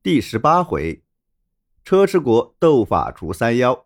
第18回，车迟国斗法除三妖。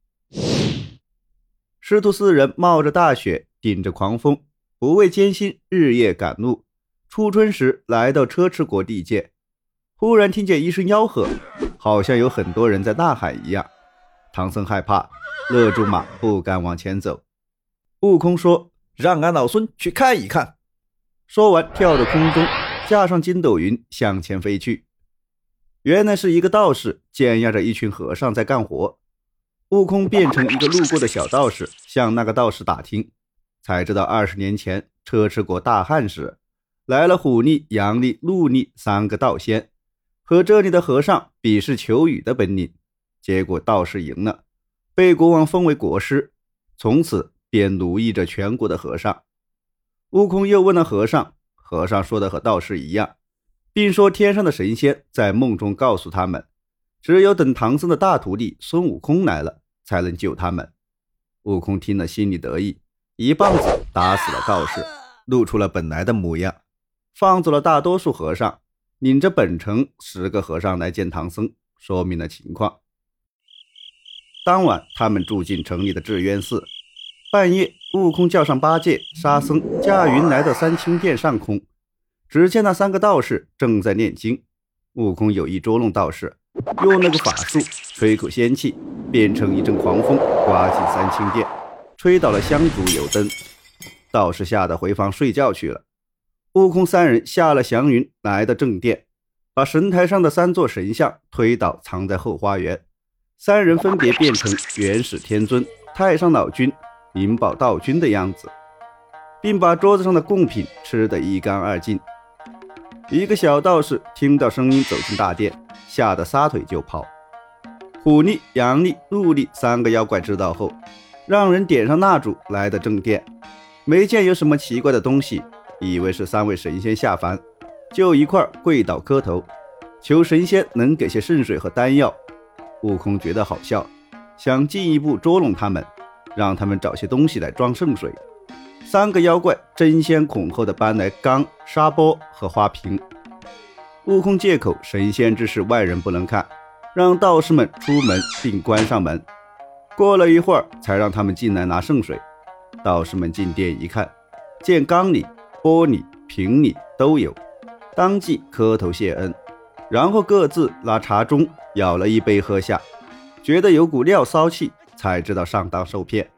师徒四人冒着大雪，顶着狂风，不畏艰辛，日夜赶路。初春时来到车迟国地界，忽然听见一声吆喝，好像有很多人在呐喊一样。唐僧害怕，勒住马，不敢往前走。悟空说：“让俺老孙去看一看。”说完跳到空中，驾上筋斗云向前飞去。原来是一个道士监押着一群和尚在干活，悟空变成一个路过的小道士，向那个道士打听，才知道20年前车迟国大旱时，来了虎力、阳力、陆力3个道仙，和这里的和尚比试求雨的本领，结果道士赢了，被国王封为国师，从此便奴役着全国的和尚。悟空又问了和尚，和尚说的和道士一样，并说天上的神仙在梦中告诉他们，只有等唐僧的大徒弟孙悟空来了，才能救他们。悟空听了心里得意，一棒子打死了道士，露出了本来的模样，放走了大多数和尚，领着本城10个和尚来见唐僧，说明了情况。当晚他们住进城里的智渊寺，半夜悟空叫上8戒、沙僧驾云来到三清殿上空，只见那3个道士正在念经。悟空有意捉弄道士，用那个法术吹口仙气，变成一阵狂风刮进三清殿，吹倒了香烛油灯。道士吓得回房睡觉去了。悟空3人下了祥云，来到正殿，把神台上的3座神像推倒，藏在后花园。3人分别变成元始天尊、太上老君、灵宝道君的样子，并把桌子上的贡品吃得一干二净。一个小道士听到声音走进大殿，吓得撒腿就跑。虎力、阳力、陆力3个妖怪知道后，让人点上蜡烛来到正殿，没见有什么奇怪的东西，以为是3位神仙下凡，就一块跪倒磕头，求神仙能给些圣水和丹药。悟空觉得好笑，想进一步捉弄他们，让他们找些东西来装圣水。3个妖怪争先恐后地搬来缸、沙钵和花瓶。悟空借口神仙之事外人不能看，让道士们出门并关上门。过了一会儿，才让他们进来拿圣水。道士们进殿一看，见缸里、钵里、瓶里都有，当即磕头谢恩，然后各自拿茶盅舀了一杯喝下，觉得有股尿骚气，才知道上当受骗。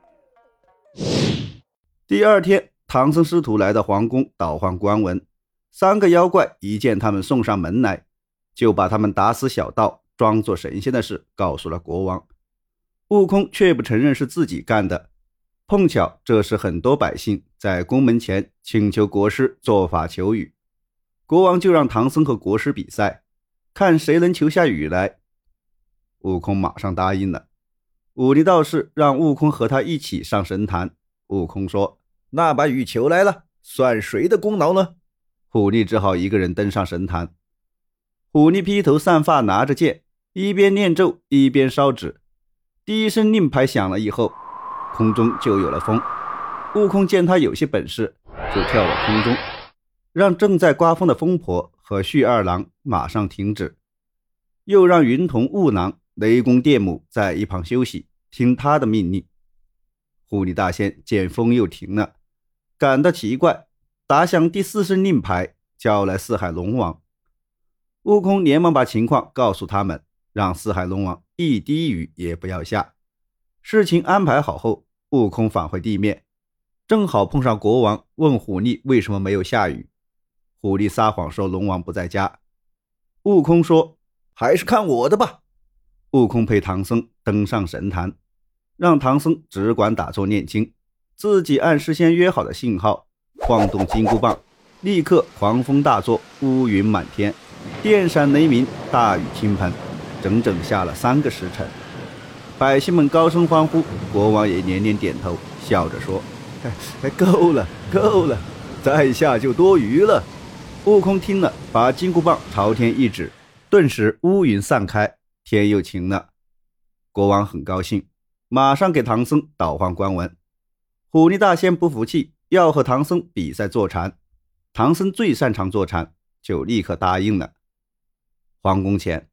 第2天，唐僧师徒来到皇宫倒换官文，3个妖怪一见他们送上门来，就把他们打死小道装作神仙的事告诉了国王。悟空却不承认是自己干的，碰巧这时很多百姓在宫门前请求国师做法求雨，国王就让唐僧和国师比赛，看谁能求下雨来。悟空马上答应了。武力道士让悟空和他一起上神坛。悟空说：“那把雨求来了，算谁的功劳呢？”虎力只好一个人登上神坛。虎力披头散发，拿着剑，一边念咒一边烧纸。第一声令牌响了以后，空中就有了风。悟空见他有些本事，就跳到空中，让正在刮风的风婆和旭二郎马上停止，又让云童、雾囊、雷公、电母在一旁休息，听他的命令。狐狸大仙见风又停了，感到奇怪，打响第4声令牌，叫来四海龙王。悟空连忙把情况告诉他们，让四海龙王一滴雨也不要下。事情安排好后，悟空返回地面，正好碰上国王问虎力为什么没有下雨。虎力撒谎说龙王不在家。悟空说：“还是看我的吧。”悟空陪唐僧登上神坛，让唐僧只管打坐念经，自己按事先约好的信号晃动金箍棒，立刻狂风大作，乌云满天，电闪雷鸣，大雨倾盆，整整下了3个时辰。百姓们高声欢呼，国王也连连点头，笑着说：“够了，够了，再下就多余了。”悟空听了，把金箍棒朝天一指，顿时乌云散开，天又晴了。国王很高兴，马上给唐僧倒换官文。虎力大仙不服气，要和唐僧比赛坐禅。唐僧最擅长坐禅，就立刻答应了。皇宫前，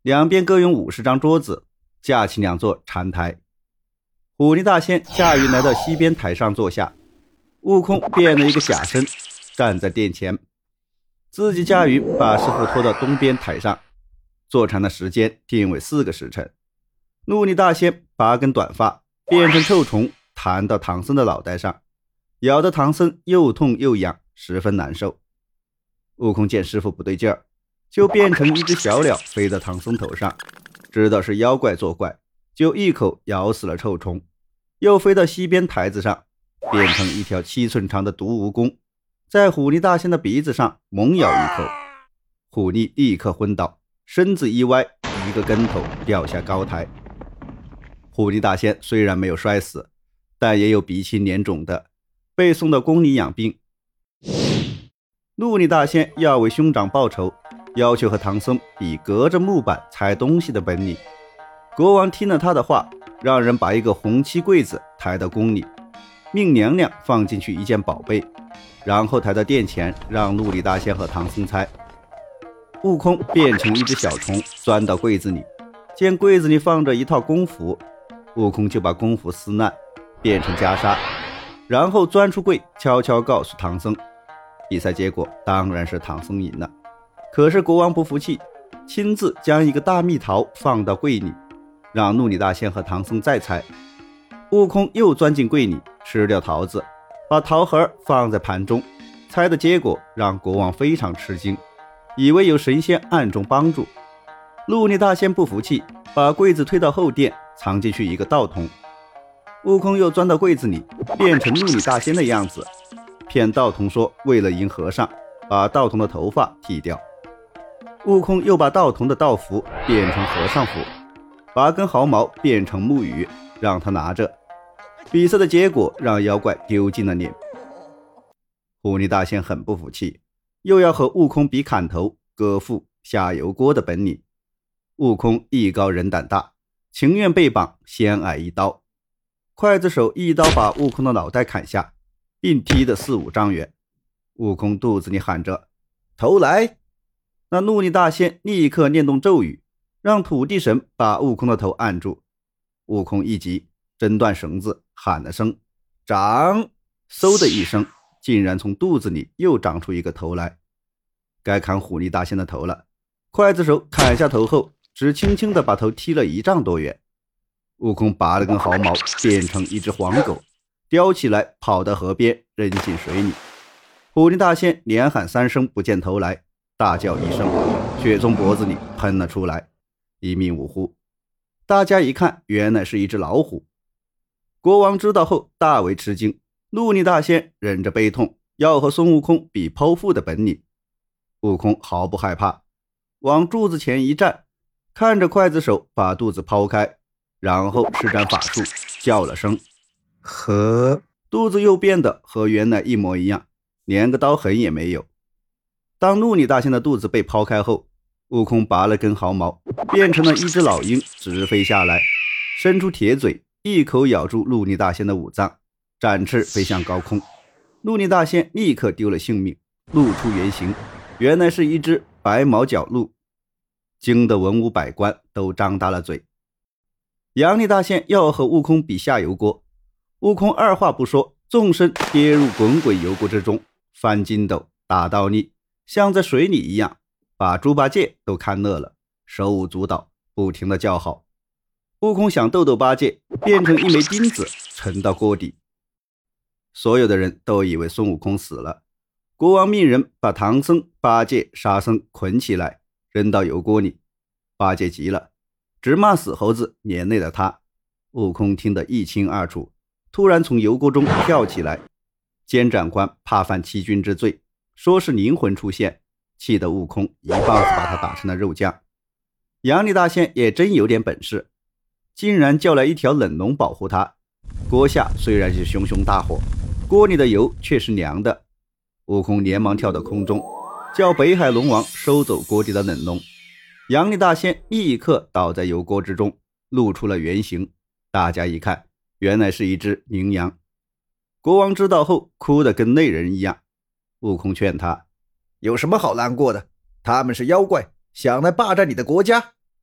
两边各用50张桌子，架起2座禅台。虎力大仙驾云来到西边台上坐下，悟空变了一个假身，站在殿前，自己驾云把师傅拖到东边台上，坐禅的时间定为4个时辰。陆力大仙拔根短发变成臭虫，弹到唐僧的脑袋上，咬得唐僧又痛又痒，十分难受。悟空见师傅不对劲儿，就变成一只小鸟飞到唐僧头上，知道是妖怪作怪，就一口咬死了臭虫，又飞到西边台子上，变成一条7寸长的毒蜈蚣，在虎力大仙的鼻子上猛咬一口，虎力立刻昏倒，身子一歪，一个跟头掉下高台。虎力大仙虽然没有摔死，但也有鼻青脸肿的，被送到宫里养病。陆力大仙要为兄长报仇，要求和唐僧比隔着木板拆东西的本领。国王听了他的话，让人把一个红漆柜子抬到宫里，命娘娘放进去一件宝贝，然后抬到殿前，让陆力大仙和唐僧猜。悟空变成一只小虫，钻到柜子里，见柜子里放着一套功服，悟空就把功服撕烂，变成袈裟，然后钻出柜，悄悄告诉唐僧。比赛结果当然是唐僧赢了，可是国王不服气，亲自将一个大蜜桃放到柜里，让陆力大仙和唐僧再猜。悟空又钻进柜里，吃掉桃子，把桃核放在盘中，猜的结果让国王非常吃惊，以为有神仙暗中帮助。陆力大仙不服气，把柜子推到后殿，藏进去一个道童。悟空又钻到柜子里，变成陆力大仙的样子，骗道童说为了迎和尚，把道童的头发剃掉。悟空又把道童的道服变成和尚服，拔根毫毛变成木鱼，让他拿着。比赛的结果让妖怪丢尽了脸。虎力大仙很不服气，又要和悟空比砍头、割腹、下油锅的本领。悟空艺高人胆大，情愿被绑，先挨一刀。刽子手一刀把悟空的脑袋砍下，并踢得4、5丈远。悟空肚子里喊着头来，那陆力大仙立刻念动咒语，让土地神把悟空的头按住。悟空一急，挣断绳子，喊了声长，嗖的一声，竟然从肚子里又长出一个头来。该砍虎力大仙的头了，刽子手砍下头后，只轻轻地把头踢了1丈多远。悟空拔了根毫毛，变成一只黄狗，叼起来跑到河边，扔进水里。虎力大仙连喊3声不见头来，大叫一声，血从脖子里喷了出来，一命呜呼。大家一看，原来是一只老虎。国王知道后大为吃惊，陆力大仙忍着悲痛，要和孙悟空比剖腹的本领。悟空毫不害怕，往柱子前一站，看着刽子手把肚子剖开，然后施展法术，叫了声和，肚子又变得和原来一模一样，连个刀痕也没有。当陆力大仙的肚子被剖开后，悟空拔了根毫毛，变成了一只老鹰，直飞下来，伸出铁嘴，一口咬住陆力大仙的五脏，展翅飞向高空。陆力大仙立刻丢了性命，露出原形，原来是一只白毛角鹿，惊得文武百官都张大了嘴。杨力大仙要和悟空比下油锅，悟空二话不说，纵身跌入滚滚油锅之中，翻筋斗、打倒立，像在水里一样，把猪八戒都看乐了，手舞足蹈，不停地叫好。悟空想逗逗八戒，变成一枚钉子沉到锅底。所有的人都以为孙悟空死了，国王命人把唐僧、八戒、沙僧捆起来，扔到油锅里。八戒急了，直骂死猴子连累了他。悟空听得一清二楚，突然从油锅中跳起来。监斩官怕犯欺君之罪，说是灵魂出现，气得悟空一棒子把他打成了肉酱。杨力大仙也真有点本事，竟然叫来一条冷龙保护他。锅下虽然是熊熊大火，锅里的油却是凉的。悟空连忙跳到空中，叫北海龙王收走锅里的冷龙。杨力大仙立刻倒在油锅之中，露出了原形。大家一看，原来是一只羚羊。国王知道后哭得跟泪人一样。悟空劝他，有什么好难过的，他们是妖怪，想来霸占你的国家。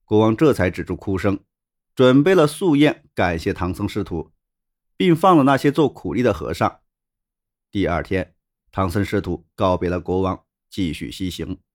国王这才止住哭声，准备了素宴感谢唐僧师徒，并放了那些做苦力的和尚。第二天，唐僧师徒告别了国王，继续西行。